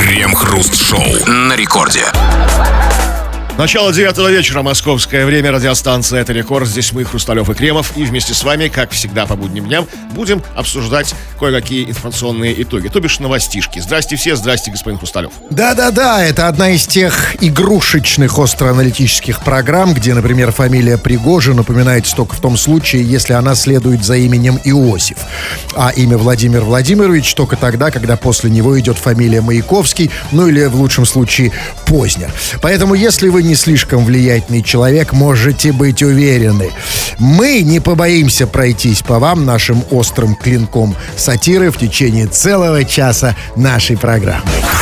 Крем-хруст-шоу на рекорде. Начало 9 вечера, московское время, радиостанция «Это Рекорд». Здесь мы, Хрусталев и Кремов. И вместе с вами, как всегда по будним дням, будем обсуждать кое-какие информационные итоги. То бишь новостишки. Здрасте все, здрасте, господин Хрусталев. Да-да-да, это одна из тех игрушечных остроаналитических программ, где, например, фамилия Пригожин упоминается только в том случае, если она следует за именем Иосиф. А имя Владимир Владимирович только тогда, когда после него идет фамилия Маяковский, ну или в лучшем случае Познер. Поэтому, если вы не слишком влиятельный человек, можете быть уверены, мы не побоимся пройтись по вам нашим острым клинком сатиры в течение целого часа нашей программы.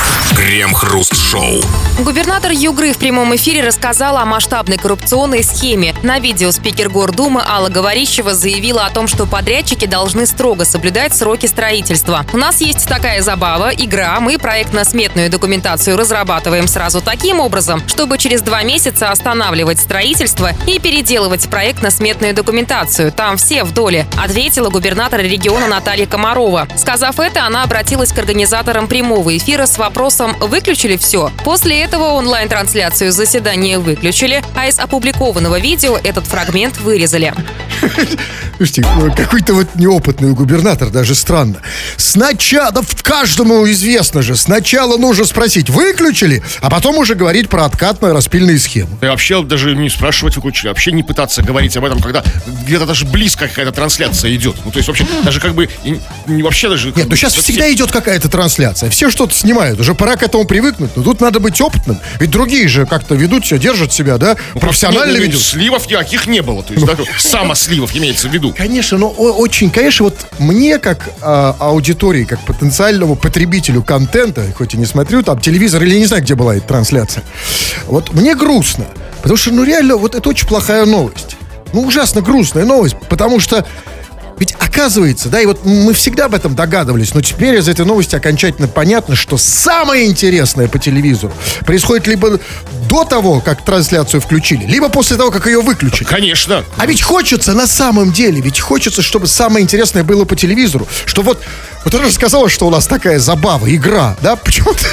Крем-хруст-шоу. Губернатор Югры в прямом эфире рассказал о масштабной коррупционной схеме. На видео спикер Гордумы Алла Говорищева заявила о том, что подрядчики должны строго соблюдать сроки строительства. У нас есть такая забава, игра. Мы проектно-сметную документацию разрабатываем сразу таким образом, чтобы через 2 месяца останавливать строительство и переделывать проектно-сметную документацию. Там все в доле, ответила губернатор региона Наталья Комарова. Сказав это, она обратилась к организаторам прямого эфира с вопросом: выключили все? После этого онлайн-трансляцию заседания выключили, а из опубликованного видео этот фрагмент вырезали. Слушайте, какой-то вот неопытный губернатор, даже странно. Сначала, да каждому известно же, сначала нужно спросить, выключили, а потом уже говорить про откатно-распильные схемы. И вообще даже не спрашивать, выключили, вообще не пытаться говорить об этом, когда где-то даже близко какая-то трансляция идет. Ну, то есть вообще даже как бы вообще даже... Нет, ну сейчас всегда идет какая-то трансляция, все что-то снимают, уже пора к этому привыкнуть, но тут надо быть опытным, ведь другие же как-то ведут себя, держат себя, да, профессионально ведут. Сливов никаких не было, то есть самосливов имеется в виду. Конечно, но очень, конечно, вот мне как аудитории, как потенциальному потребителю контента, хоть и не смотрю там телевизор или не знаю, где была эта трансляция, вот мне грустно, потому что, ну реально, вот это очень плохая новость. Ну ужасно грустная новость, потому что ведь оказывается, да, и вот мы всегда об этом догадывались, но теперь из этой новости окончательно понятно, что самое интересное по телевизору происходит либо до того, как трансляцию включили, либо после того, как ее выключили. Конечно. А ведь хочется, на самом деле, ведь хочется, чтобы самое интересное было по телевизору. Что вот ты же сказала, что у нас такая забава, игра, да? Почему-то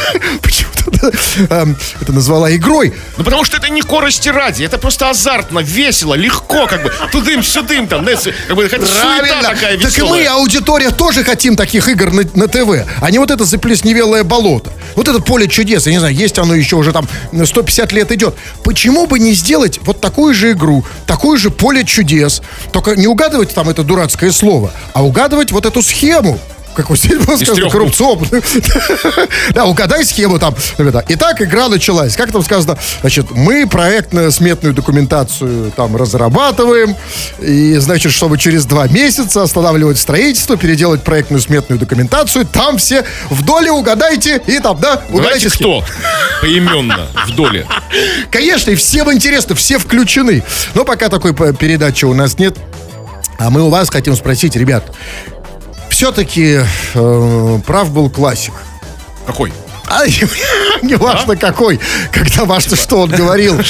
это назвала игрой. Ну, потому что это не корости ради, это просто азартно, весело, легко, как бы, тудым-сюдым, там, как бы, хотя суета такая веселая. Так и мы, аудитория, тоже хотим таких игр на ТВ, а не вот это заплесневелое болото. Вот это поле чудес, я не знаю, есть оно еще уже там 150 лет идет. Почему бы не сделать вот такую же игру, такое же поле чудес, только не угадывать там это дурацкое слово, а угадывать вот эту схему. Как вот здесь было сказано, коррупционную. Да, угадай схему там. Итак, игра началась. Как там сказано? Значит, мы проектно-сметную документацию там разрабатываем. И, значит, чтобы через 2 месяца останавливать строительство, переделать проектную-сметную документацию. Там все в доле угадайте. И там, да, угадайте кто поименно в доле. Конечно, и всем интересно, все включены. Но пока такой передачи у нас нет. А мы у вас хотим спросить, ребят, все-таки прав был классик. Какой? Не важно какой, когда важно, что он говорил.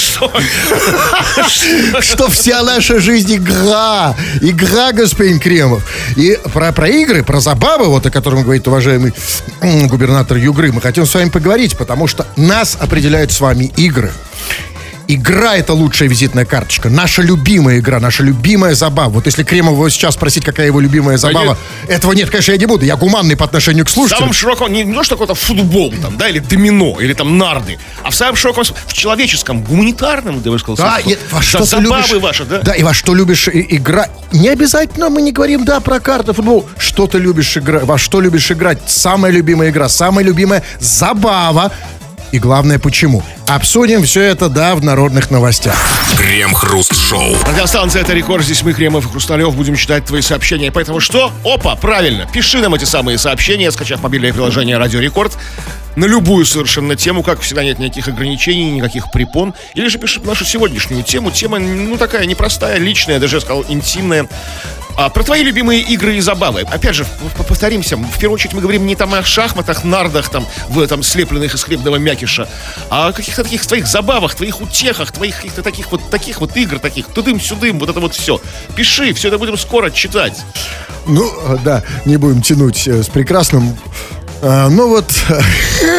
Что вся наша жизнь игра. Игра, господин Кремов. И про игры, про забавы, вот о котором говорит уважаемый губернатор Югры, мы хотим с вами поговорить, потому что нас определяют с вами игры. Игра — это лучшая визитная карточка. Наша любимая игра, наша любимая забава. Вот если Кремова сейчас спросить, какая его любимая забава, этого нет, конечно, я не буду. Я гуманный по отношению к слушателям. В самом широком, не то, что какой-то футбол, там, да, или домино, или там нарды, а в самом широком, в человеческом, гуманитарном, я бы сказал, да, забавы ваши, да? Да, и во что любишь играть. Не обязательно мы не говорим, да, про карты, футбол. Что ты любишь играть, во что любишь играть. Самая любимая игра, самая любимая забава. И главное, почему. Обсудим все это, да, в народных новостях. Крем-хруст-шоу. Радиостанция «Это Рекорд». Здесь мы, Кремов и Хрусталев, будем читать твои сообщения. Поэтому что? Опа, правильно. Пиши нам эти самые сообщения, скачав мобильное приложение «Радио Рекорд». На любую совершенно тему, как всегда, нет никаких ограничений, никаких препон. Или же пиши нашу сегодняшнюю тему. Тема, ну, такая непростая, личная, даже, я сказал, интимная. Про твои любимые игры и забавы. Опять же, повторимся, в первую очередь мы говорим не там о шахматах, нардах, там, слепленных из хлебного мякиша, а о каких-то таких твоих забавах, твоих утехах, твоих каких-то таких вот игр, таких тудым-сюдым, вот это вот все. Пиши, все это будем скоро читать. Ну, да, не будем тянуть с прекрасным. Ну вот,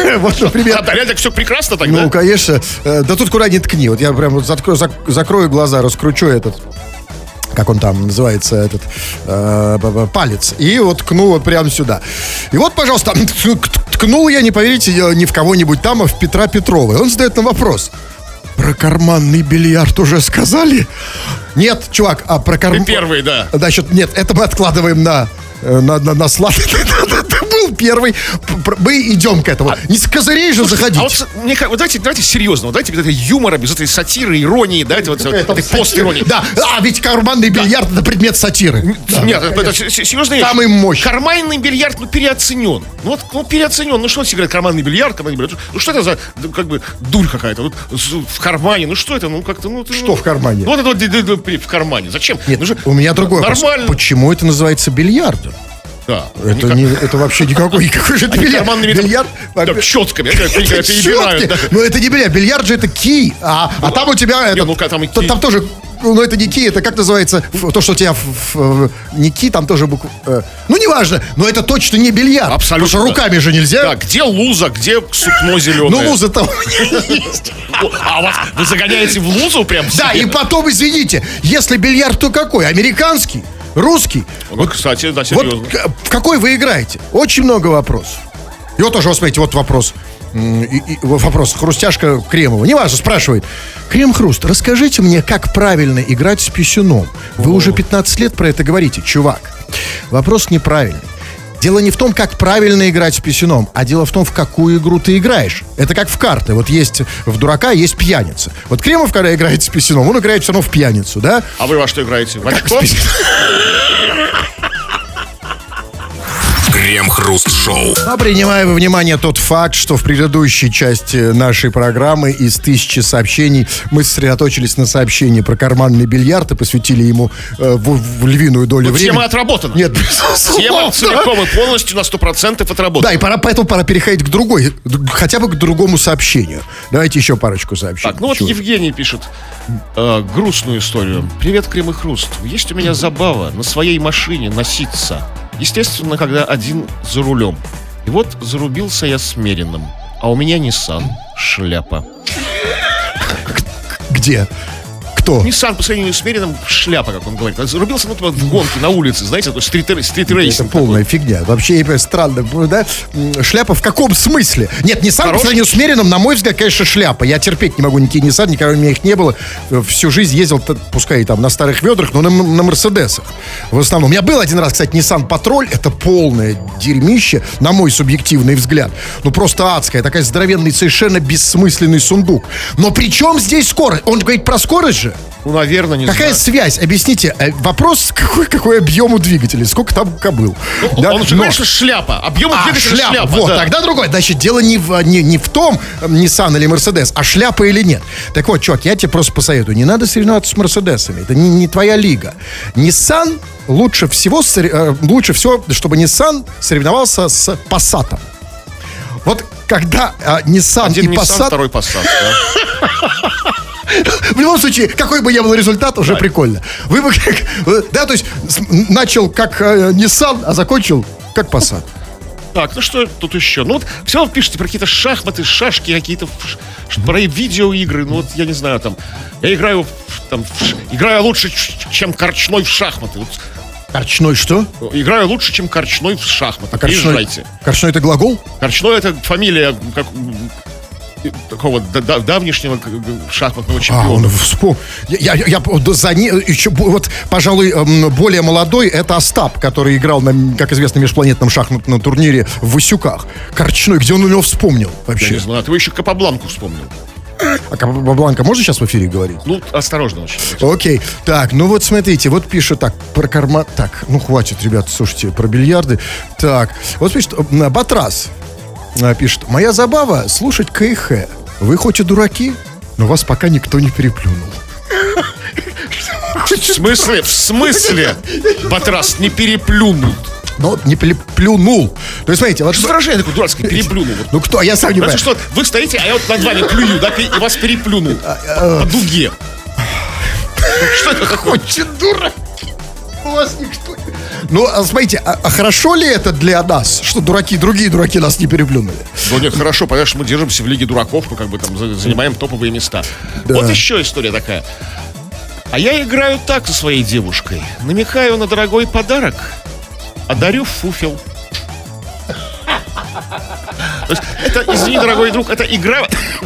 Вот, например. А реально все прекрасно тогда? Ну, конечно. Да тут куда ни ткни. Вот я прям вот закрою глаза, раскручу этот, как он там называется, этот палец. И вот ткну вот прямо сюда. И вот, пожалуйста, ткнул я, не поверите, не в кого-нибудь там, а в Петра Петрова. И он задает нам вопрос. Про карманный бильярд уже сказали? Нет, чувак, а про карманный... Ты первый, да. Значит, нет, это мы откладываем на сладкий. Ты был первый. Мы идем к этому. Не с козырей же заходить. А вот, давайте серьезно. Вот давайте без этой юмора, без этой сатиры, иронии, да, этой пост-иронии. Да, а ведь карманный бильярд это предмет сатиры. Нет, это серьезно. Самый мощный. Карманный бильярд, переоценен. Ну переоценен. Ну что играет карманный бильярд? Ну что это за, как бы, дурь какая-то? Вот в кармане. Ну что это? Ну как-то, Что в кармане? Вот это вот в кармане. Зачем? Нет, у меня другой вопрос. Нормально. Почему это называется бильярдом? Да. Это вообще никакой же бильярд. Бильярд щетками, перебирают. Да. Но это не бильярд. Бильярд же это кий. А там у тебя... Там тоже... Ну, это не ки, это как называется? То, что у тебя не ки, там тоже буква... Ну, неважно, но это точно не бильярд. Абсолютно. Потому что руками же нельзя. Да, где луза, где сукно зеленое? Ну, луза-то есть. А вас вы загоняете в лузу прям себе? Да, и потом, извините, если бильярд, то какой? Американский? Русский? Вот, кстати, да, серьезно. Вот в какой вы играете? Очень много вопросов. И вот тоже, вот смотрите, вот вопрос. Вопрос. Хрустяшка Кремова. Неважно, спрашивает. Крем-хруст, расскажите мне, как правильно играть с писюном. Вы уже 15 лет про это говорите, чувак. Вопрос неправильный. Дело не в том, как правильно играть с писюном, а дело в том, в какую игру ты играешь. Это как в карты. Вот есть в дурака, есть пьяница. Вот Кремов, когда играет с писюном, он играет все равно в пьяницу, да? А вы во что играете? В очко? Крем-хруст-шоу. А принимая во внимание тот факт, что в предыдущей части нашей программы из 1000 сообщений мы сосредоточились на сообщении про карманный бильярд и посвятили ему в львиную долю времени. Тема отработана. Нет, тема целиком и полностью на 100% отработана. Да, и поэтому пора переходить к другой, хотя бы к другому сообщению. Давайте еще парочку сообщений. Так, ну вот Евгений пишет грустную историю. Привет, Крем и Хруст. Есть у меня забава на своей машине носиться. Естественно, когда один за рулем. И вот зарубился я с Мерином. А у меня Nissan. Шляпа. Где? Кто? Nissan по сравнению с Мерином шляпа, как он говорит. Зарубился в гонке на улице, знаете, стрит-рейсинг. Это полная фигня. Вообще, странно, да? Шляпа в каком смысле? Нет, Nissan по сравнению с Мерином, на мой взгляд, конечно, шляпа. Я терпеть не могу никакие Nissan, никогда у меня их не было. Всю жизнь ездил, пускай и там на старых ведрах, но на Мерседесах. В основном. У меня был один раз, кстати, Nissan Patrol. Это полное дерьмище, на мой субъективный взгляд. Ну, просто адская. Такая здоровенный, совершенно бессмысленный сундук. Но при чем здесь скорость? Он говорит про скорость же? Ну, наверное, не Какая знаю. связь? Объясните. Вопрос, какой объем у двигателя? Сколько там кобыл? Ну, да? Он же говорит, что шляпа. Объем двигателя шляпа. Вот, да. тогда другое. Значит, дело не в том, Nissan или Mercedes, а шляпа или нет. Так вот, чувак, я тебе просто посоветую. Не надо соревноваться с Мерседесами. Это не твоя лига. Nissan лучше всего, чтобы Nissan соревновался с Passat. Вот когда Nissan один и Nissan, Passat... второй Passat, да? В любом случае, какой бы ни был результат, уже прикольно. Вы бы, да, то есть начал как Nissan, а закончил как Passat. Так, ну что тут еще? Ну вот все равно пишете про какие-то шахматы, шашки, какие-то про видеоигры. Ну вот я не знаю, там я играю лучше, чем Корчной в шахматы. Вот. Корчной что? Играю лучше, чем Корчной в шахматы. Приезжайте. Корчной это глагол? Корчной это фамилия как такого давнешнего шахматного чемпиона. Вот, пожалуй, более молодой это Остап, который играл на, как известно, межпланетном шахматном турнире в Васюках. Корчной, где он у него вспомнил вообще? Я не знаю, ты еще Капабланку вспомнил. А Капабланка можно сейчас в эфире говорить? Ну, осторожно очень. Окей. Так, ну вот смотрите, вот пишет так, про карман... Так, ну хватит, ребята, слушайте, про бильярды. Так, вот пишет, Батрас пишет, моя забава слушать КХ. Вы хоть и дураки, но вас пока никто не переплюнул. В смысле? Батрас, не переплюнут. Ну, не плюнул. То есть, смотрите, вот... Что выражение такое дурацкое, переплюнул? Ну, кто? Я сам не понимаю. Что, вы стоите, а я вот над вами плюю, да, и вас переплюнул. По дуге. Что это такое? Очень дура. У вас никто... Ну, смотрите, а хорошо ли это для нас, что другие дураки нас не переплюнули? Ну, нет, хорошо, потому что мы держимся в Лиге дураков, мы как бы там занимаем топовые места. Да. Вот еще история такая. А я играю так со своей девушкой. Намекаю на дорогой подарок, а дарю фуфел. То есть это, извини, дорогой друг, это игра...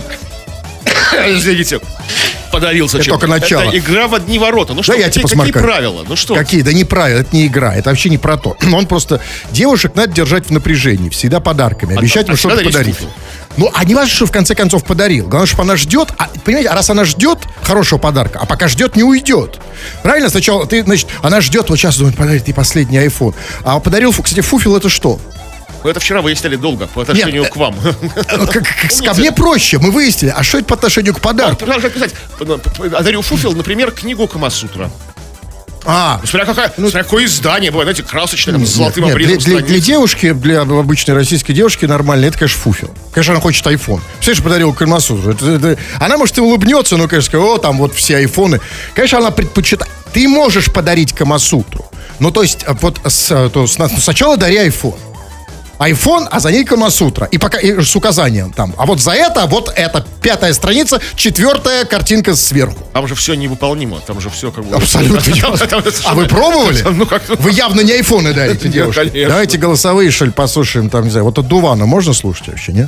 Извините, подавился чем-то. только начало. Это игра в одни ворота. Ну что, Да, я тебе какие посмаркаю. правила? Ну что? Какие? Да не правила, это не игра, это вообще не про то. Он просто... Девушек надо держать в напряжении, всегда подарками, обещать им что-то всегда дарить подарить. фуфел. Ну, а не важно, что в конце концов подарил. Главное, чтобы она ждет, понимаете, а раз она ждет хорошего подарка, а пока ждет, не уйдет. Правильно? Сначала ты, значит, она ждет, вот сейчас думает, подарит ей последний iPhone. А подарил, кстати, фуфел это что? Мы это вчера выясняли долго по отношению к вам. Ко мне проще, мы выяснили. А что это по отношению к подарку? Продолжать писать. Дарю фуфел, например, книгу Камасутра. Смотря какое издание бывает, знаете, красочное, там, с золотым обрезом страниц. Для девушки, для обычной российской девушки нормально, это, конечно, фуфел. Конечно, она хочет iPhone. Представляешь, подарил Камасутру. Она, может, и улыбнется, но, конечно, скажет, там вот все айфоны. Конечно, она предпочитает. Ты можешь подарить Камасутру. Ну, то есть, вот сначала дари iPhone. iPhone, а за ней Камасутра. И пока и с указанием там. А вот за это, вот это 5-я страница, 4-я картинка сверху. Там же все невыполнимо. Там же все как бы... Абсолютно. А вы пробовали? Вы явно не айфоны дарите, девушки. Конечно. Давайте голосовые, что ли, послушаем. Там, не знаю, вот от Дувана можно слушать вообще, нет?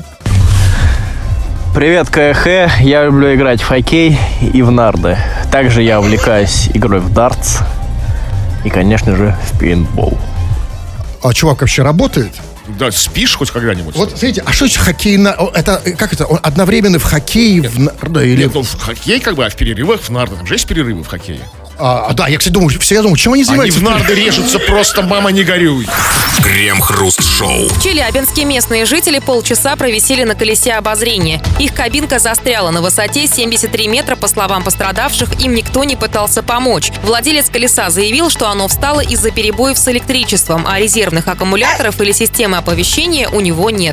Привет, КХ. Я люблю играть в хоккей и в нарды. Также я увлекаюсь игрой в дартс и, конечно же, в пейнтбол. А чувак вообще работает? Да, спишь хоть когда-нибудь? Вот, смотрите, а что это хоккей это, как это, он одновременно в хоккее, в нарды или... Нет, ну в хоккей как бы, а в перерывах в нарды. Там же есть перерывы в хоккее. Да, я, кстати, думаю, чем они Они занимаются? в нарды режутся просто, мама, не горюй. Крем-хруст-шоу. В Челябинске местные жители полчаса провисели на колесе обозрения. Их кабинка застряла на высоте 73 метра, по словам пострадавших, им никто не пытался помочь. Владелец колеса заявил, что оно встало из-за перебоев с электричеством, а резервных аккумуляторов или системы оповещения у него нет.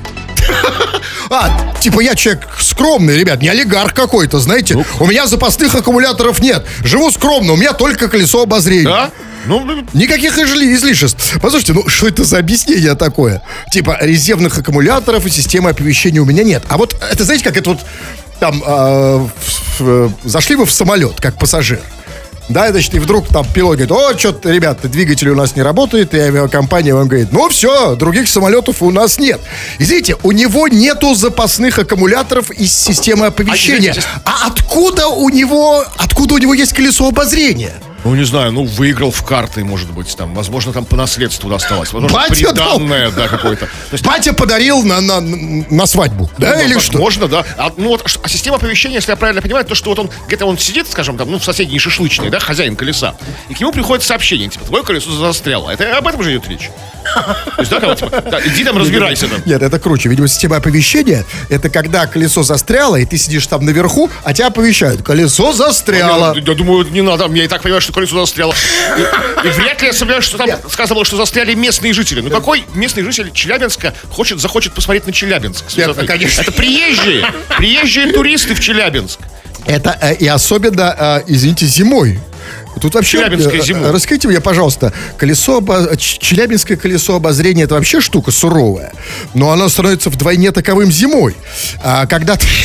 Типа я человек скромный, ребят, не олигарх какой-то, знаете. У меня запасных аккумуляторов нет. Живу скромно, у меня только колесо обозрения. Да? Никаких излишеств. Послушайте, ну что это за объяснение такое? Типа резервных аккумуляторов и системы оповещения у меня нет. А вот это, знаете, как это вот там зашли вы в самолет, как пассажир. Да, значит, и вдруг там пилот говорит: что-то, ребята, двигатель у нас не работает, и авиакомпания вам говорит: ну все, других самолетов у нас нет. Извините, у него нету запасных аккумуляторов из системы оповещения. А откуда у него есть колесо обозрения? Ну, не знаю, выиграл в карты, может быть, там, возможно, там по наследству досталось. Возможно, Батя приданное, да, какое-то. Батя подарил на свадьбу, да, или что? Можно, да. А система оповещения, если я правильно понимаю, то, что вот он где-то он сидит, скажем, там, в соседней шашлычной, да, хозяин колеса, и к нему приходит сообщение, типа, твое колесо застряло. Это об этом же идет речь. То есть, да, иди там разбирайся там. Нет, это круче. Видимо, система оповещения — это когда колесо застряло, и ты сидишь там наверху, а тебя оповещают: колесо застряло. Я думаю, не надо, я и так понимаю, что колесо застряло. И вряд ли я сомневаюсь, что там сказано было, что застряли местные жители. Ну какой местный житель Челябинска захочет посмотреть на Челябинск? Нет, конечно. Это приезжие туристы в Челябинск. Это и особенно, извините, зимой. Тут вообще, Челябинская зима. Расскажите мне, пожалуйста, Челябинское колесо обозрения — это вообще штука суровая, но оно становится вдвойне таковым зимой. Когда ты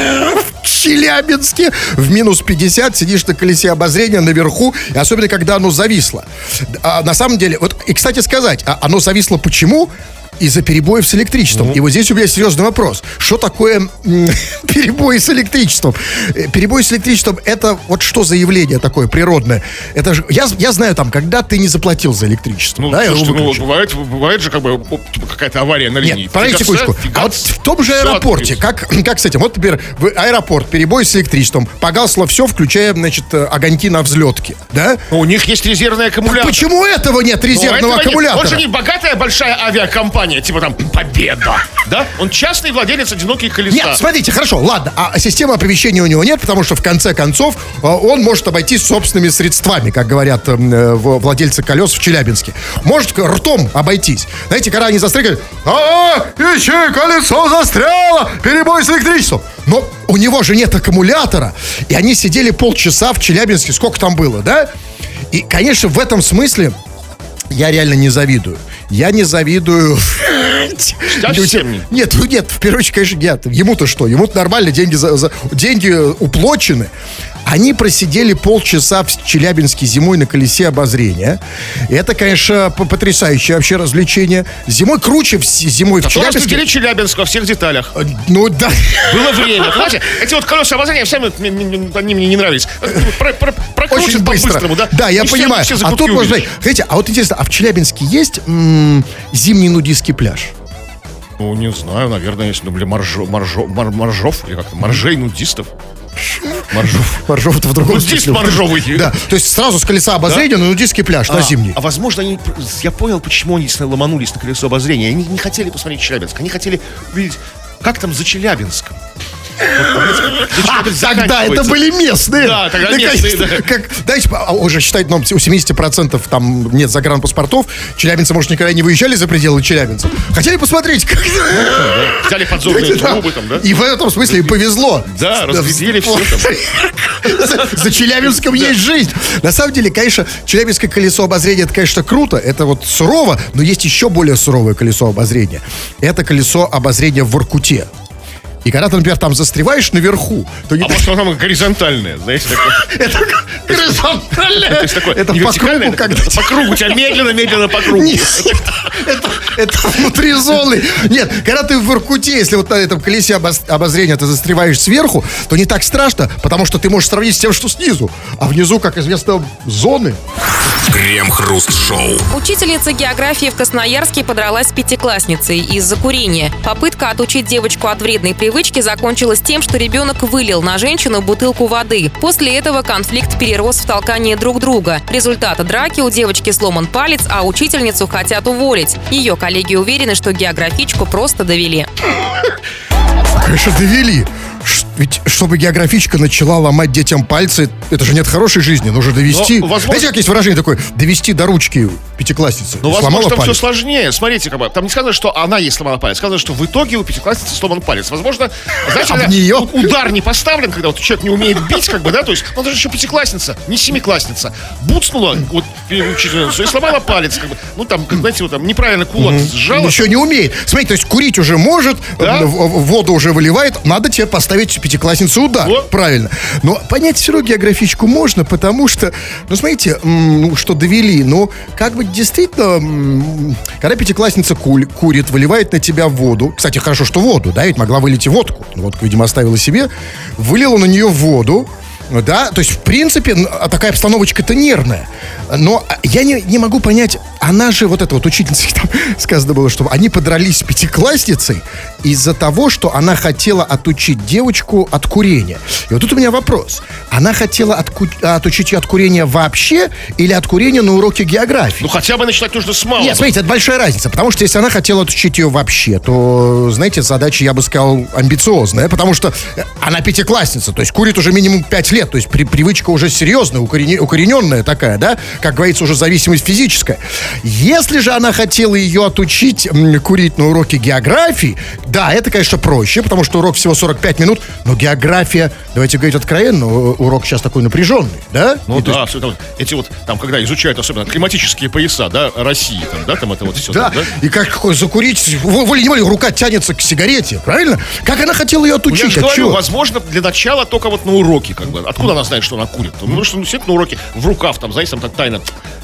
в Челябинске в минус 50 сидишь на колесе обозрения наверху, и особенно когда оно зависло. На самом деле, вот, и, кстати сказать, оно зависло почему? Из-за перебоев с электричеством. И вот здесь у меня серьезный вопрос. Что такое перебои с электричеством? Перебои с электричеством — это вот что за явление такое природное? Это же, я знаю, там, когда ты не заплатил за электричество. Слушайте, бывает же как бы какая-то авария на линии. Нет, подождите секундочку. А вот в том же аэропорте, как с этим? Вот, например, в аэропорт, перебой с электричеством, погасло все, включая, значит, огоньки на взлетке, да? У них есть резервный аккумулятор. Почему этого нет, резервного аккумулятора? Он же не богатая большая авиакомпания, типа там Победа, да? Он частный владелец одиноких колеса. Нет, смотрите, хорошо, ладно, а системы оповещения у него нет, потому что в конце концов он может обойтись собственными средствами, как говорят владельцы колес в Челябинске. Может ртом обойтись. Знаете, когда они застряли, ищи, колесо застряло, перебой с электричеством. Но у него же нет аккумулятора, и они сидели полчаса в Челябинске, сколько там было, да? И, конечно, в этом смысле Я реально не завидую. Я не завидую... Совсем не. Нет, в первую очередь, конечно, нет. Ему-то что? Ему-то нормально, деньги уплочены. Они просидели полчаса в Челябинске зимой на колесе обозрения. Это, конечно, потрясающее вообще развлечение. Зимой круче зимой в Челябинске. Рассудили Челябинск во всех деталях. Ну да. Было время. Знаете, эти вот колеса обозрения, всем они мне не нравились. Очень быстро. По-быстрому, да? Да, я понимаю. А тут можно... Хотите, а вот интересно, а в Челябинске есть зимний нудистский пляж? Ну, не знаю, наверное, если для моржов, или как-то, моржей, нудистов. Моржов это в другом Нудист смысле. моржовый. Да, то есть сразу с колеса обозрения на нудистский пляж, на зимний. А возможно, я понял, почему они ломанулись на колесо обозрения. Они не хотели посмотреть Челябинск, они хотели увидеть, как там за Челябинском. Тогда это были местные. Да, тогда местные, да. Знаете, уже считать, у 70% там нет загранпаспортов. Челябинцы, может, никогда не выезжали за пределы Челябинца. Хотели посмотреть, как... Взяли подзорные трубы там, да? И в этом смысле повезло. Да, разглядели все там. За Челябинском есть жизнь. На самом деле, конечно, Челябинское колесо обозрения, это, конечно, круто. Это вот сурово, но есть еще более суровое колесо обозрения. Это колесо обозрения в Воркуте. И когда ты, например, там застреваешь наверху, то не... А может, оно горизонтальное, знаете, такое. Это горизонтальное. Это по кругу, когда... По кругу, у тебя медленно по кругу. Это внутри зоны. Нет, когда ты в Воркуте, если вот на этом колесе обозрения ты застреваешь сверху, то не так страшно, потому что ты можешь сравнить с тем, что снизу. А внизу, как известно, зоны. Крем-хруст-шоу. Учительница географии в Красноярске подралась с пятиклассницей из-за курения. Попытка отучить девочку от вредной привычки закончилась тем, что ребенок вылил на женщину бутылку воды. После этого конфликт перерос в толкание друг друга. Результат драки: у девочки сломан палец, а учительницу хотят уволить. Ее коллеги уверены, что географичку просто довели. Конечно, довели. Ведь чтобы географичка начала ломать детям пальцы, это же нет хорошей жизни, нужно довести. Знаете, как есть выражение такое? Довести до ручки пятиклассницы. Ну, возможно, там все сложнее. Смотрите, как бы, там не сказано, что она ей сломала палец. Сказано, что в итоге у пятиклассницы сломан палец. Возможно, знаете, удар не поставлен, когда вот человек не умеет бить, как бы, да, то есть, он даже еще пятиклассница, не семиклассница. Буцнула, вот, учительницу, и сломала палец, как бы. Ну, там, как, знаете, вот там неправильно кулак сжала. Еще не умеет. Смотрите, то есть курить уже может, да? Воду уже выливает, надо тебе поставить пятиклассницу удар. Вот. Правильно. Но понять все равно географичку можно, потому что, ну, смотрите, что довели, ну, как бы действительно, когда пятиклассница курит, выливает на тебя воду, кстати, хорошо, что воду, да, ведь могла вылить и водку. Водку, видимо, оставила себе, вылила на нее воду, да, то есть, в принципе, такая обстановочка-то нервная. Но я не могу понять, она же, вот эта вот учительница, там сказано было, что они подрались с пятиклассницей из-за того, что она хотела отучить девочку от курения. И вот тут у меня вопрос. Она хотела отучить ее от курения вообще или от курения на уроке географии? Ну, хотя бы начинать нужно с малого. Нет, смотрите, это большая разница, потому что если она хотела отучить ее вообще, то, знаете, задача, я бы сказал, амбициозная, потому что она пятиклассница, то есть курит уже минимум 5 лет, то есть привычка уже серьезная, укорененная такая, да, как говорится, уже зависимость физическая. Если же она хотела ее отучить курить на уроке географии, да, это, конечно, проще, потому что урок всего 45 минут, но география, давайте говорить откровенно, урок сейчас такой напряженный, да? Ну, да, есть... эти вот, там, когда изучают особенно климатические пояса, да, России, там, да, там это вот все. Да, там, да? И как закурить, волей-неволей рука тянется к сигарете, правильно? Как она хотела ее отучить? Я же говорю, возможно, для начала только вот на уроке, как бы. Откуда она знает, что она курит? Ну, что, сидит на уроке в рукав, там, знаете, там так тайно.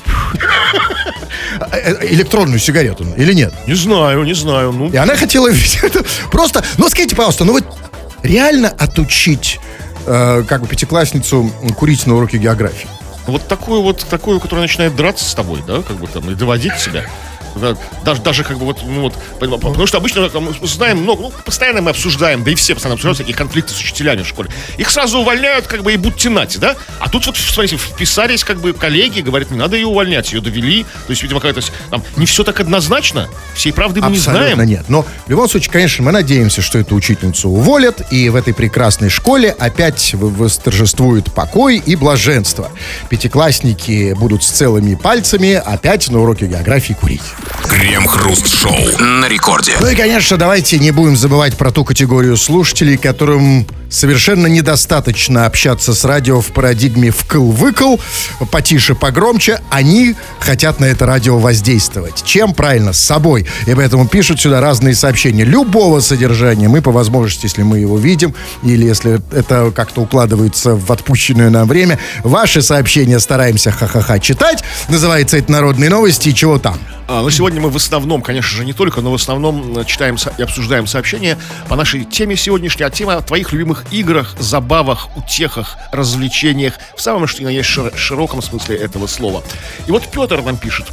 Электронную сигарету, или нет? Не знаю. Ну. И она хотела просто, ну, скажите, пожалуйста, ну вот реально отучить как бы пятиклассницу курить на уроке географии? Вот такую, которая начинает драться с тобой, да, как бы там, и доводить себя. Даже как бы вот, ну вот, потому что обычно мы знаем много, ну, постоянно мы обсуждаем, да и все постоянно обсуждают всякие конфликты с учителями в школе. Их сразу увольняют, как бы, и будьте нати, да? А тут вот, смотрите, вписались, как бы, коллеги, говорят, не надо ее увольнять, ее довели. То есть, видимо, какая-то там не все так однозначно, всей правды мы не знаем. Абсолютно нет. Но в любом случае, конечно, мы надеемся, что эту учительницу уволят, и в этой прекрасной школе опять восторжествует покой и блаженство. Пятиклассники будут с целыми пальцами опять на уроке географии курить. Крем-хруст-шоу на рекорде. Ну и, конечно, давайте не будем забывать про ту категорию слушателей, которым совершенно недостаточно общаться с радио в парадигме вкл-выкл, потише, погромче. Они хотят на это радио воздействовать. Чем? Правильно, с собой. И поэтому пишут сюда разные сообщения любого содержания. Мы по возможности, если мы его видим, или если это как-то укладывается в отпущенное нам время, ваши сообщения стараемся ха-ха-ха читать. Называется это «Народные новости» и чего там. Но сегодня мы в основном, конечно же, не только, но в основном читаем и обсуждаем сообщения по нашей теме сегодняшней. А тема о твоих любимых играх, забавах, утехах, развлечениях. В самом, что ни на есть широком смысле этого слова. И вот Петр нам пишет.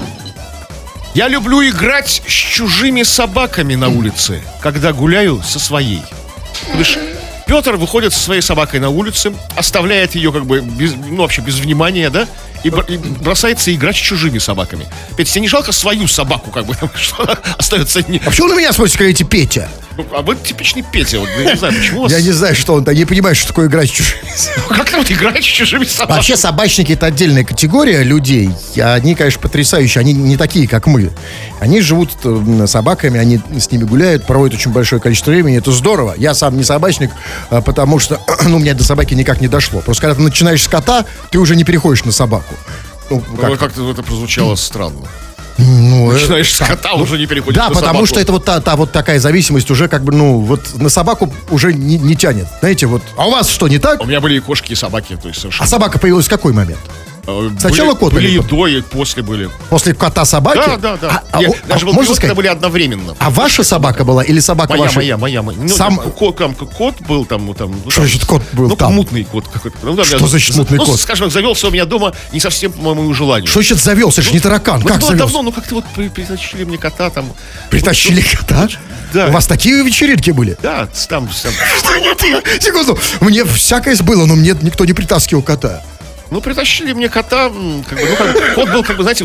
Я люблю играть с чужими собаками на улице, когда гуляю со своей. То бишь, Петр выходит со своей собакой на улице, оставляет ее как бы вообще без внимания, да? И бросается играть с чужими собаками. Петя, тебе не жалко свою собаку, как бы, что остается не... А почему на меня смотрите, говорите, Петя? А вы типичный Петя, вот, я не знаю, почему вас... Я не знаю, что он-то, не понимаю, что такое играть с чужими собаками. Как ты вот играешь с чужими собаками? Вообще собачники — это отдельная категория людей. Они, конечно, потрясающие. Они не такие, как мы. Они живут собаками, они с ними гуляют, проводят очень большое количество времени. Это здорово. Я сам не собачник, потому что у меня до собаки никак не дошло. Просто когда ты начинаешь с кота, ты уже не переходишь на собаку. Как-то это прозвучало странно. Ну, начинаешь с кота, уже не переходишь на собаку. собаку. Да, потому что это вот такая зависимость уже как бы, вот на собаку уже не тянет. Знаете, вот. А у вас что, не так? У меня были и кошки, и собаки, то есть совершенно. А собака появилась в какой момент? Сначала кот были или и до, и после были. После кота собаки? Да. Даже был период, когда были одновременно. А ваша собака была или собака ваша? Моя. Ну, Сам... кот был там. Что значит кот был там? Мутный кот какой-то. Что значит мутный кот? Скажем, завелся у меня дома не совсем по моему желанию. Что значит завелся? Это же не таракан. Как завелся? Давно, как-то вот притащили мне кота там. Притащили кота? Да. У вас такие вечеринки были? Да, там. Секунду. Мне всякое было, но мне никто не притаскивал кота. Ну, притащили мне кота, кот был, как бы, знаете,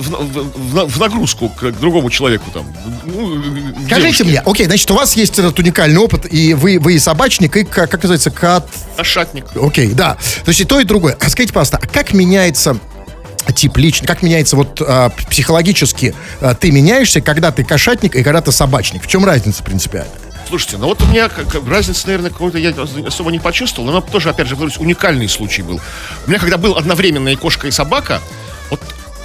в нагрузку к другому человеку там. Скажите мне, окей, значит, у вас есть этот уникальный опыт, и вы и собачник, и, как называется, кот... Кошатник. Окей, да. То есть и то, и другое. А скажите, пожалуйста, а как меняется тип личности, как меняется вот психологически ты меняешься, когда ты кошатник и когда ты собачник? В чем разница принципиально? Слушайте, ну вот у меня разницы, наверное, какой-то я особо не почувствовал, но тоже, опять же, говорю, уникальный случай был. У меня, когда был одновременно и кошка, и собака, вот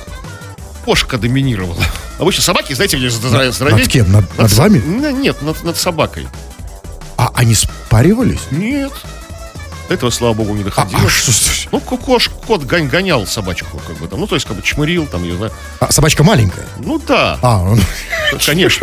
кошка доминировала. Обычно собаки, знаете, мне нравится... Над кем? Над вами? Нет, над собакой. А они спаривались? Нет. Этого, слава богу, не доходило. Ну, кот гонял собачку, как бы там, ну, то есть, как бы чмырил, там, я знаю. А собачка маленькая? Ну, да. Конечно.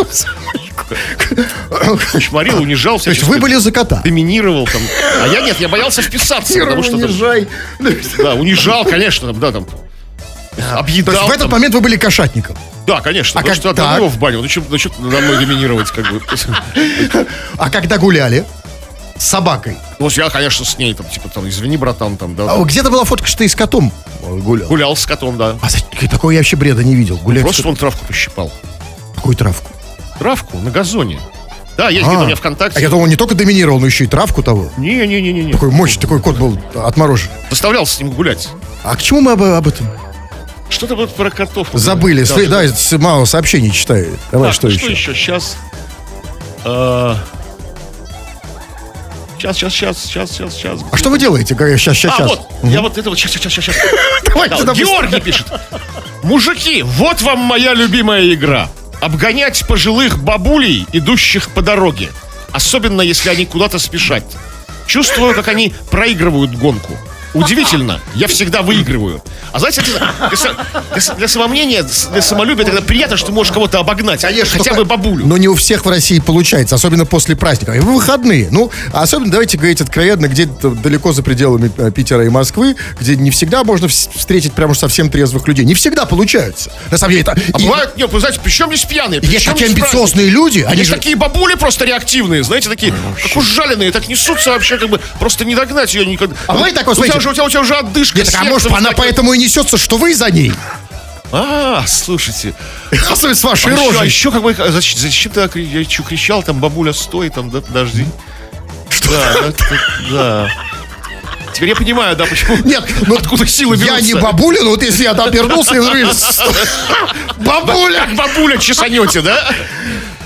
Чморил, унижал. То есть вы были за кота? Доминировал там. А я нет, я боялся вписаться, потому что... Унижай. Да, унижал, конечно, да, там. Объедал. То есть в этот момент вы были кошатником? Да, конечно. А как что так? его в баню, ну что надо мной доминировать, как бы. А когда гуляли с собакой? Ну, я, конечно, с ней, там, типа, там, извини, братан, там, да. Где-то была фотка, что ты с котом гулял. Гулял с котом, да. А такого я вообще бреда не видел. Просто он травку пощипал. Какую травку? Травку на газоне. Да, есть где-то у меня ВКонтакте. А я думал, он не только доминировал, но еще и травку того. Не. Такой мощный, такой кот был отморожен. Заставлял с ним гулять. А к чему мы об этом? Что-то вот про котов. Забыли. Да, мало сообщений читаю. Давай, так, что еще? Что еще? Сейчас. Сейчас. А что вы делаете? Сейчас. Вот. Я вот это вот сейчас. Давайте, Георгий пишет. Мужики, вот вам моя любимая игра. Обгонять пожилых бабулей, идущих по дороге. Особенно, если они куда-то спешат. Чувствую, как они проигрывают гонку. Удивительно, я всегда выигрываю. А знаете, для самомнения, для самолюбия тогда приятно, что ты можешь кого-то обогнать. Конечно, хотя бы бабулю. Но не у всех в России получается, особенно после праздников. И в выходные. Ну, особенно, давайте говорить откровенно, где-то далеко за пределами Питера и Москвы, где не всегда можно встретить прямо уж совсем трезвых людей. Не всегда получается. На самом деле это... Бывает, нет, вы знаете, причем здесь пьяные. Есть такие амбициозные люди. Они же такие бабули просто реактивные, знаете, такие, как ужаленные, так несутся вообще, как бы, просто не догнать ее никогда. А вы так вот, смотрите. У тебя уже отдышка. Нет, а может, она поэтому и несется, что вы за ней? Слушайте. Особенно с вашей рожей. А еще как бы, зачем ты кричал, там, бабуля, стой, там, да, подожди. Что? Да. Теперь я понимаю, да, почему. Нет, ну откуда силы берутся. Я не бабуля, но вот если я обернулся и бабуля, чесанете, да?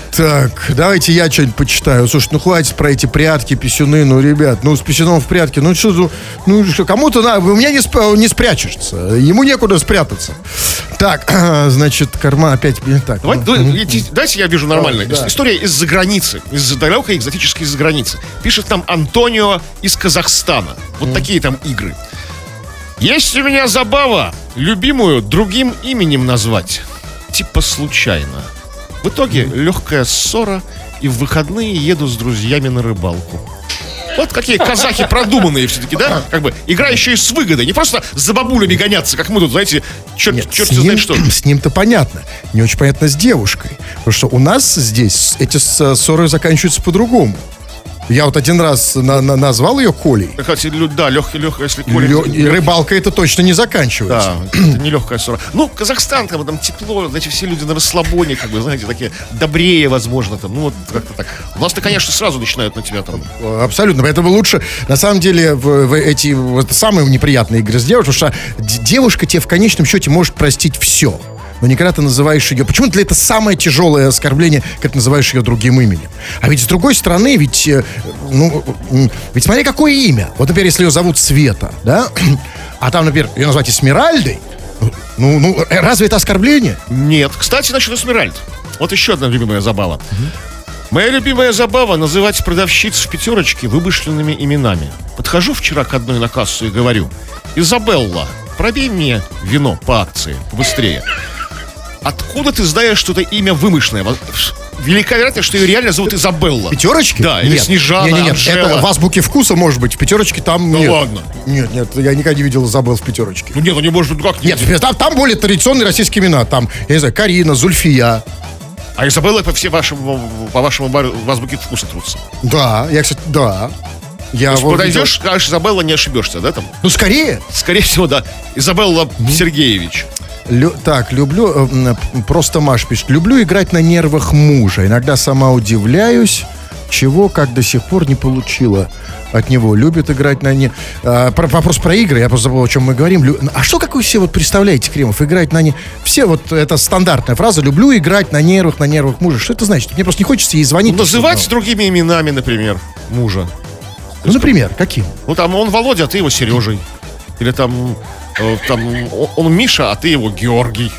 Так, давайте я что-нибудь почитаю. Слушай, ну хватит про эти прятки, писюны, ну, ребят, ну, с писюном в прятки, ну, что, кому-то надо, у меня не спрячешься, ему некуда спрятаться. Так, значит, карман опять, так. Дайте я вижу нормально. Да. История из-за границы, из-за далекой экзотической из-за границы. Пишет там Антонио из Казахстана. Вот такие там игры. Есть у меня забава любимую другим именем назвать. Типа случайно. В итоге легкая ссора, и в выходные еду с друзьями на рыбалку. Вот какие казахи продуманные все-таки, да? Как бы игра еще и с выгодой. Не просто за бабулями гоняться, как мы тут, знаете, черт знает что. С ним-то понятно. Не очень понятно с девушкой. Потому что у нас здесь эти ссоры заканчиваются по-другому. Я вот один раз назвал ее Колей. Кстати, да, легкая, если Коля... И рыбалка это точно не заканчивается. Да, это не легкая ссора. Ну, Казахстан, как бы там тепло, значит, все люди на расслабоне, как бы, знаете, такие добрее, возможно, там, ну, вот как-то так. У нас-то, конечно, сразу начинают на тебя там... Абсолютно, поэтому лучше, на самом деле, в эти вот самые неприятные игры сделать, потому что девушка тебе в конечном счете может простить все. Но не когда ты называешь ее... Почему для это самое тяжелое оскорбление, когда ты называешь ее другим именем? А ведь с другой стороны, ведь смотри, какое имя. Вот, например, если ее зовут Света, да? А там, например, ее назвать Эсмеральдой. Разве это оскорбление? Нет. Кстати, насчет Эсмеральд. Вот еще одна любимая забава. Моя любимая забава — называть продавщиц в пятерочке вымышленными именами. Подхожу вчера к одной на кассу и говорю: «Изабелла, пробей мне вино по акции побыстрее». Откуда ты знаешь, что это имя вымышленное? Велика вероятность, что ее реально зовут Изабелла. Пятерочки? Да, или нет, Снежана, нет, Анжела. это в азбуке вкуса может быть. В пятерочке там нет. Ладно. Нет, я никогда не видел Изабелл в пятерочке. Ну нет, ну не может быть, как нет? Там более традиционные российские имена. Там, я не знаю, Карина, Зульфия. А Изабелла по вашему в азбуке вкуса трутся. Да, я, кстати, да. Я вот подойдешь, скажешь Изабелла, не ошибешься, да, там? Ну, скорее. Скорее всего, да. Изабелла Сергеевич. Люблю, просто Маш пишет: люблю играть на нервах мужа. Иногда сама удивляюсь, чего, как до сих пор не получила от него. Любит играть на вопрос про игры, я просто забыл, о чем мы говорим. А что, как вы все вот представляете, Кремов, играть на все вот, это стандартная фраза: люблю играть на нервах мужа. Что это значит? Мне просто не хочется ей звонить. Называть с другими именами, например, мужа. Ну, например, каким? Ну, там он Володя, а ты его Сережей. Или там он Миша, а ты его Георгий.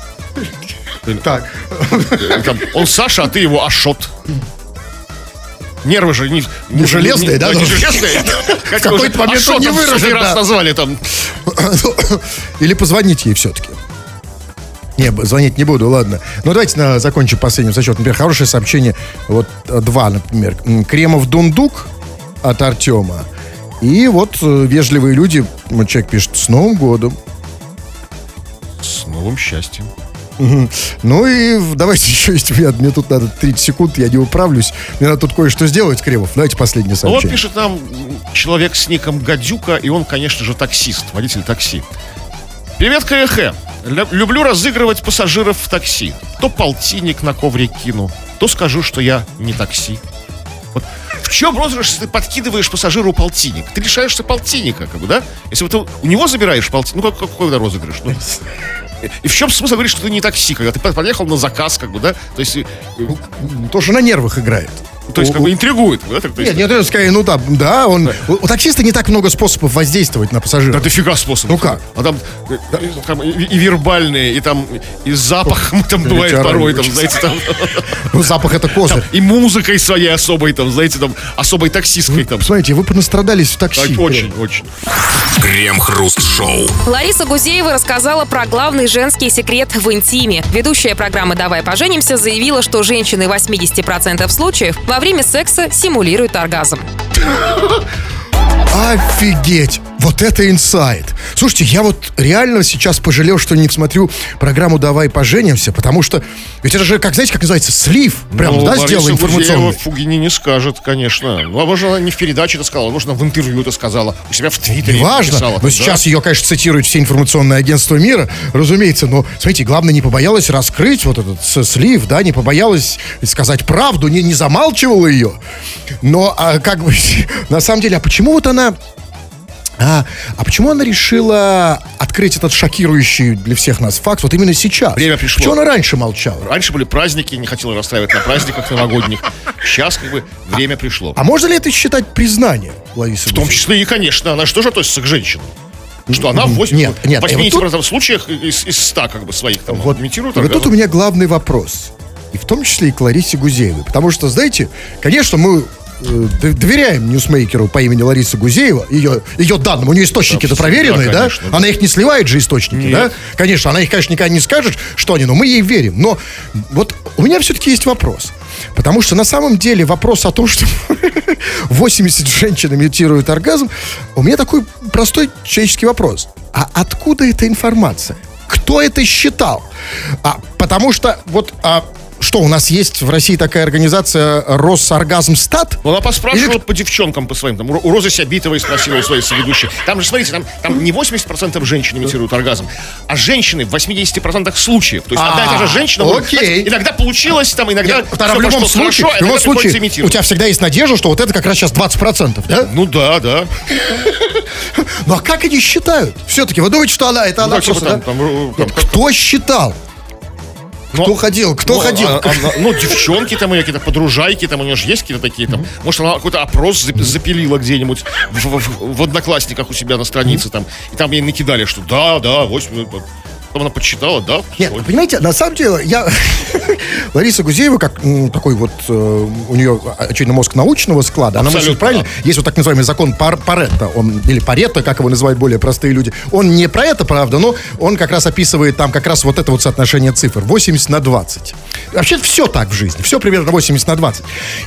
Так. Там, он Саша, а ты его Ашот. Нервы же не железные, да? Не железные. В какой-то момент он не выражен. Раз назвали там. Или позвонить ей все-таки. Не, звонить не буду, ладно. Ну, давайте закончим последним зачетом. Например, хорошее сообщение. Вот два, например. Кремов Дундук от Артема. И вот вежливые люди, человек пишет: с Новым годом. С новым счастьем. Ну и давайте еще, если мне тут надо 30 секунд, я не управлюсь. Мне надо тут кое-что сделать, Кремов. Давайте последнее сообщение. Вот пишет нам человек с ником Гадюка, и он, конечно же, таксист, водитель такси. Привет, КХ. Люблю разыгрывать пассажиров в такси. То полтинник на коврик кину, то скажу, что я не такси. Вот. В чем розыгрыш, если ты подкидываешь пассажиру полтинник? Ты лишаешься полтинника, как бы, да? Если вот ты у него забираешь полтинник, ну какой это розыгрыш? Ну, и в чем смысл говорить, что ты не такси, когда ты подъехал на заказ, как бы, да? То есть... Тоже на нервах играет. То есть, как бы интригует. Да? Нет, скорее, у таксиста не так много способов воздействовать на пассажира. Да дофига способов. Ну как? А там и вербальные, и там и запах там бывает порой, там, знаете, там... Ну, запах — это козырь. И музыкой своей особой, там, знаете, там, особой таксистской там. Смотрите, вы понастрадались в такси. Очень, очень. Крем-хруст-шоу. Лариса Гузеева рассказала про главный женский секрет в интиме. Ведущая программы «Давай поженимся» заявила, что женщины 80% случаев во время секса симулируют оргазм. Офигеть! Вот это инсайт. Слушайте, я вот реально сейчас пожалел, что не смотрю программу «Давай поженимся», потому что ведь это же, как, знаете, как называется, слив. Прям, да, сделал информационный. Фугини не скажет, конечно. Ну, а может, она не в передаче это сказала, может, она в интервью это сказала, у себя в Твиттере важно. написала. Но сейчас ее, конечно, цитируют все информационные агентства мира, разумеется. Но, смотрите, главное, не побоялась раскрыть вот этот слив, да, не побоялась сказать правду, не замалчивала ее. Но, как бы, на самом деле, а почему вот она... А почему она решила открыть этот шокирующий для всех нас факт вот именно сейчас? Время пришло. Почему она раньше молчала? Раньше были праздники, не хотела расстраивать на праздниках новогодних. Сейчас как бы время пришло. А можно ли это считать признанием, Лариса? В том числе и, конечно, она же тоже относится к женщинам. Что она в 80% случаях из 100 как бы своих там имитирует. Вот тут у меня главный вопрос. И в том числе и к Ларисе Гузеевой. Потому что, знаете, конечно, мы доверяем ньюсмейкеру по имени Лариса Гузеева, ее данным, у нее источники-то проверенные, да? Она их не сливает же, источники, Нет. да? Конечно, она их, конечно, никогда не скажет, что они, но мы ей верим. Но вот у меня все-таки есть вопрос. Потому что на самом деле вопрос о том, что 80 женщин имитируют оргазм, у меня такой простой человеческий вопрос. А откуда эта информация? Кто это считал? Потому что вот... Что, у нас есть в России такая организация Росоргазмстат? Ну, она поспрашивала по девчонкам, по своим. Там у Розы Сябитовой спросила у своей соведущей. Там же, смотрите, там не 80% женщин имитируют оргазм, а женщины в 80% случаев. То есть одна и та же женщина может, иногда получилось, там, иногда в любом случае, у тебя всегда есть надежда, что вот это как раз сейчас 20%, да? Ну да. Ну а как они считают? Все-таки вы думаете, что она просто, кто считал? Кто ходил? Ну, девчонки там, или какие-то подружайки, там у нее же есть какие-то такие там. Может, она какой-то опрос запилила где-нибудь в Одноклассниках у себя на странице там. И там ей накидали, что да, 8. Потом она подсчитала, да. Нет, вы понимаете, на самом деле, Лариса Гузеева, как такой вот, у нее, очевидно, мозг научного склада, она мыслит правильно. Есть вот так называемый закон Паретта, или Паретта, как его называют более простые люди. Он не про это, правда, но он как раз описывает там как раз вот это вот соотношение цифр. 80/20. Вообще все так в жизни, все примерно 80/20.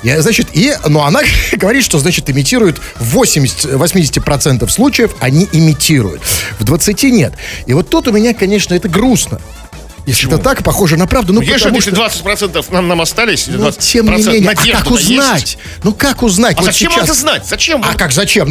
Но она говорит, что, значит, имитирует в 80% случаев, они имитируют. В 20 нет. И вот тут у меня, конечно, это грустно. Если это так, похоже на правду. Ну, если 20% нам остались, но тем не менее, как узнать? Ну, как узнать? А зачем это знать? Зачем? А как зачем?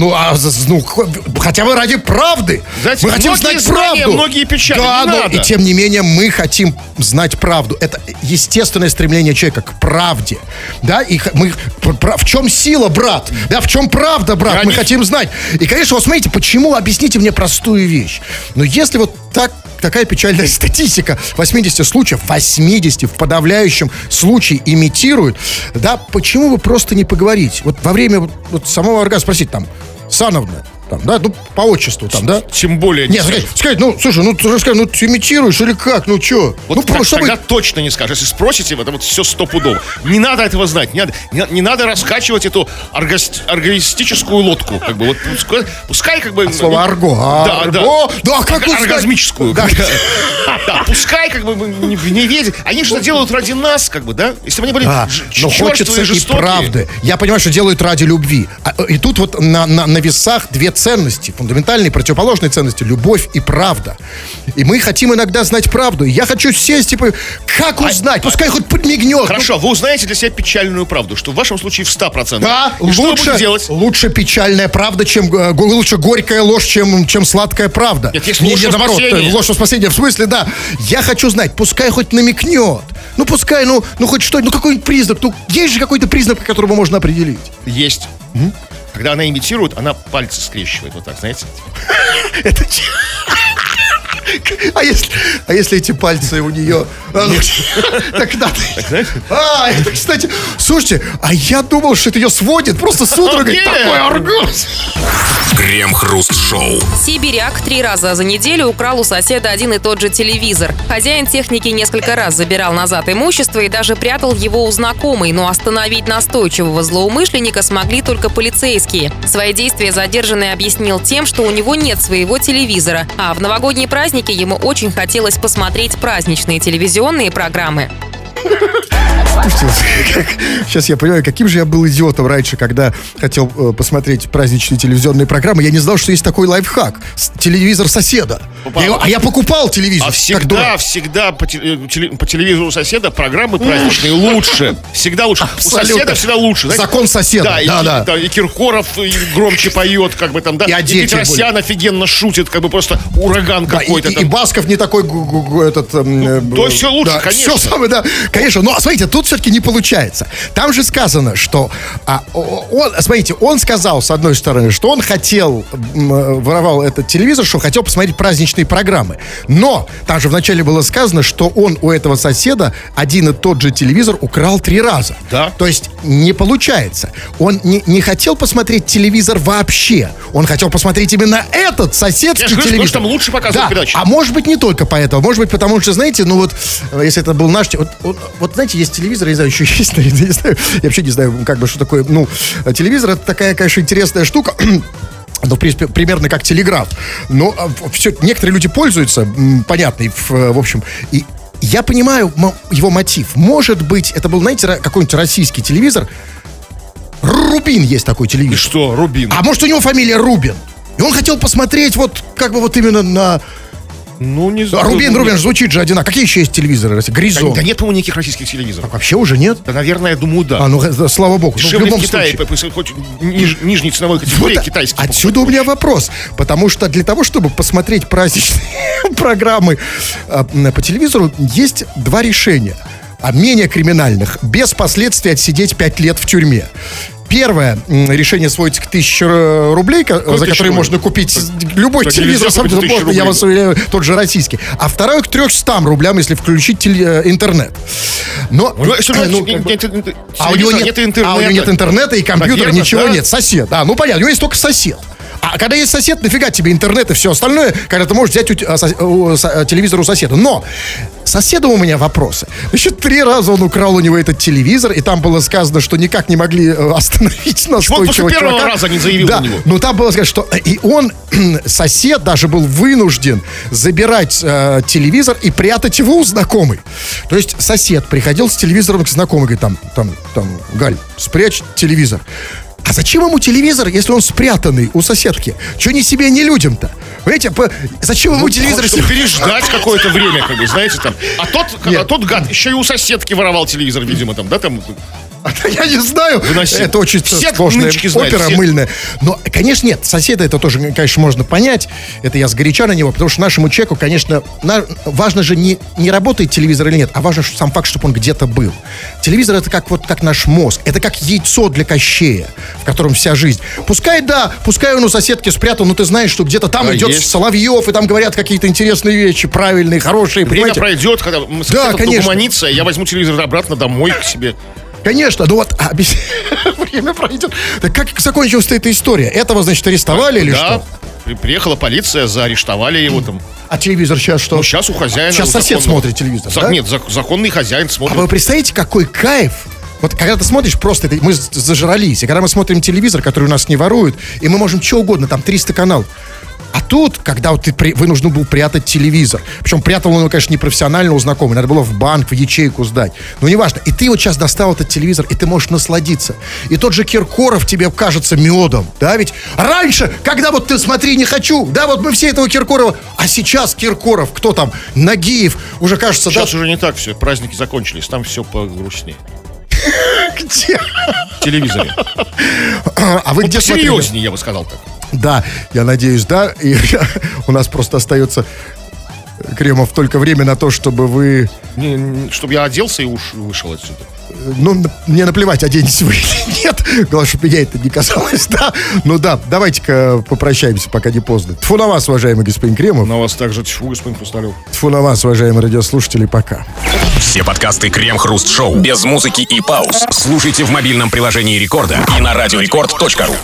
Хотя бы ради правды. Знаете, мы хотим знать правду. Многие печали, да, и тем не менее, мы хотим знать правду. Это естественное стремление человека к правде. Да, и в чем сила, брат? Да, в чем правда, брат? Мы хотим знать. И, конечно, вот смотрите, почему, объясните мне простую вещь. Но если вот такая печальная статистика, 80 случаев, 80 в подавляющем случае имитируют, да, почему бы просто не поговорить? Вот во время вот самого оргазма спросить там, Сановна, там, да, ну, по отчеству там, да? Тем более не скажешь. Сказать, слушай, ты имитируешь или как, чё? Вот тогда точно не скажешь. Если спросите, это вот все стопудово. Не надо этого знать, не надо раскачивать эту оргазмическую лодку, как бы, вот, пускай как бы... Слово арго. Да, как оргазмическую. Да, пускай как бы не верить. Они что делают ради нас, как бы, да? Если бы они были черствые и жестокие. И правды. Я понимаю, что делают ради любви. И тут вот на весах две ценности, фундаментальные, противоположные ценности, любовь и правда. И мы хотим иногда знать правду. И я хочу сесть, типа, как узнать? Пускай хоть подмигнет. Хорошо, вы узнаете для себя печальную правду, что в вашем случае в 100%. Да, и что вы будете делать? Лучше печальная правда, лучше горькая ложь, чем сладкая правда. Нет, если ложь во спасение. В смысле, да. Я хочу знать, пускай хоть намекнет. Ну, пускай, хоть что, какой-нибудь признак. Есть же какой-то признак, по которому можно определить. Есть. Когда она имитирует, она пальцы скрещивает. Вот так, знаете? Это А если эти пальцы у нее... Так надо. Это, кстати... Слушайте, а я думал, что это ее сводит. Просто судорогой. Такой оргазм. Крем-хруст-шоу. Сибиряк 3 раза за неделю украл у соседа один и тот же телевизор. Хозяин техники несколько раз забирал назад имущество и даже прятал его у знакомой, но остановить настойчивого злоумышленника смогли только полицейские. Свои действия задержанный объяснил тем, что у него нет своего телевизора, а в новогодние праздники ему очень хотелось посмотреть праздничные телевизионные программы. Сейчас я понимаю, каким же я был идиотом раньше, когда хотел посмотреть праздничные телевизионные программы. Я не знал, что есть такой лайфхак. Телевизор соседа. Я покупал телевизор. А всегда по телевизору соседа программы праздничные лучше. Всегда лучше. Абсолютно. У соседа всегда лучше. Закон соседа. Да, и Киркоров громче поет, как бы там, да. И Петросян офигенно шутит, как бы просто ураган какой-то. И Басков не такой То все лучше, конечно. Все самое, да. Конечно, но, смотрите, тут все-таки не получается. Там же сказано, что... он сказал, с одной стороны, что он воровал этот телевизор, что хотел посмотреть праздничные программы. Но там же вначале было сказано, что он у этого соседа один и тот же телевизор украл 3 раза. Да. То есть не получается. Он не хотел посмотреть телевизор вообще. Он хотел посмотреть именно этот соседский телевизор. Потому что там лучше показывают передачи. А может быть, не только поэтому. Может быть, потому что, знаете, если это был наш... Вот знаете, есть телевизор, я не знаю, еще есть, я не знаю, я вообще не знаю, что такое. Телевизор — это такая, конечно, интересная штука. В принципе, примерно как телеграф. Но некоторые люди пользуются, понятно, в общем. И я понимаю его мотив. Может быть, это был, знаете, какой-нибудь российский телевизор. Рубин есть такой телевизор. И что, Рубин? А может, у него фамилия Рубин. И он хотел посмотреть именно на... Не знаю. Рубин звучит же одинаково. Какие еще есть телевизоры? Горизонт. Да нет, по-моему, никаких российских телевизоров. Вообще уже нет? Да, наверное, я думаю, да. Слава богу. Дешевле в Китае, хоть нижней ценовой категории китайский. Отсюда у меня вопрос. Потому что для того, чтобы посмотреть праздничные программы по телевизору, есть 2 решения. Менее криминальных. Без последствий отсидеть 5 лет в тюрьме. Первое решение сводится к 1000 рублей, за которые можно купить любой телевизор, я вас уверяю, тот же российский. А второе к 300 рублям, если включить интернет. Но у него нет интернета и компьютера, ничего нет. Сосед. Понятно, у него есть только сосед. А когда есть сосед, нафига тебе интернет и все остальное, когда ты можешь взять телевизор у соседа. Но с соседом у меня вопросы. 3 раза он украл у него этот телевизор, и там было сказано, что никак не могли остановить настойчивого чувака. Первого раза не заявил на него. Но там было сказано, что и он, сосед, даже был вынужден забирать телевизор и прятать его у знакомой. То есть сосед приходил с телевизором к знакомой, говорит, Галь, спрячь телевизор. А зачем ему телевизор, если он спрятанный у соседки? Чего ни себе, ни людям-то? Понимаете, зачем ему телевизор? Чтобы переждать какое-то время, знаете, там. А тот гад еще и у соседки воровал телевизор, видимо, там. Я не знаю. Это очень сложная опера мыльная. Но, конечно, нет. Соседа это тоже, конечно, можно понять. Это я сгоряча на него, потому что нашему человеку, конечно, важно же не работает телевизор или нет, а важно сам факт, чтобы он где-то был. Телевизор — это как наш мозг. Это как яйцо для Кощея, в котором вся жизнь. Пускай он у соседки спрятан, но ты знаешь, что где-то там идет Соловьев, и там говорят какие-то интересные вещи, правильные, хорошие. Время пройдет, когда сосед угомонится, я возьму телевизор обратно домой к себе. Конечно, время пройдет. Так как закончилась эта история? Этого, значит, арестовали или что? Да, приехала полиция, заарестовали его там. А телевизор сейчас что? Сейчас у хозяина. Сейчас сосед смотрит телевизор, да? Нет, законный хозяин смотрит. А вы представляете, какой кайф? Вот когда ты смотришь, мы зажрались. И когда мы смотрим телевизор, который у нас не воруют, и мы можем что угодно, там 300 каналов. А тут, когда ты вынужден был прятать телевизор, причем прятал он его, конечно, не профессионально у знакомых, надо было в банк, в ячейку сдать. Но неважно. И ты сейчас достал этот телевизор, и ты можешь насладиться. И тот же Киркоров тебе кажется медом, да? Ведь раньше, когда ты смотри, не хочу, да, мы все этого Киркорова, а сейчас Киркоров, кто там, Нагиев, уже кажется, сейчас уже не так все, праздники закончились, там все погрустнее. Где? В телевизоре. А вы где смотрели? Посерьезнее, я бы сказал так. Да, я надеюсь, да. И у нас просто остается, Кремов, только время на то, чтобы вы... Чтобы я оделся и вышел отсюда. Мне наплевать, оденетесь вы или нет. Главное, чтобы меня это не касалось, да. Давайте-ка попрощаемся, пока не поздно. Тьфу на вас, уважаемый господин Кремов. На вас также тьфу, господин Хрусталев. Тьфу на вас, уважаемые радиослушатели, пока. Все подкасты Крем-Хруст Шоу без музыки и пауз слушайте в мобильном приложении Рекорда и на радиорекорд.ру.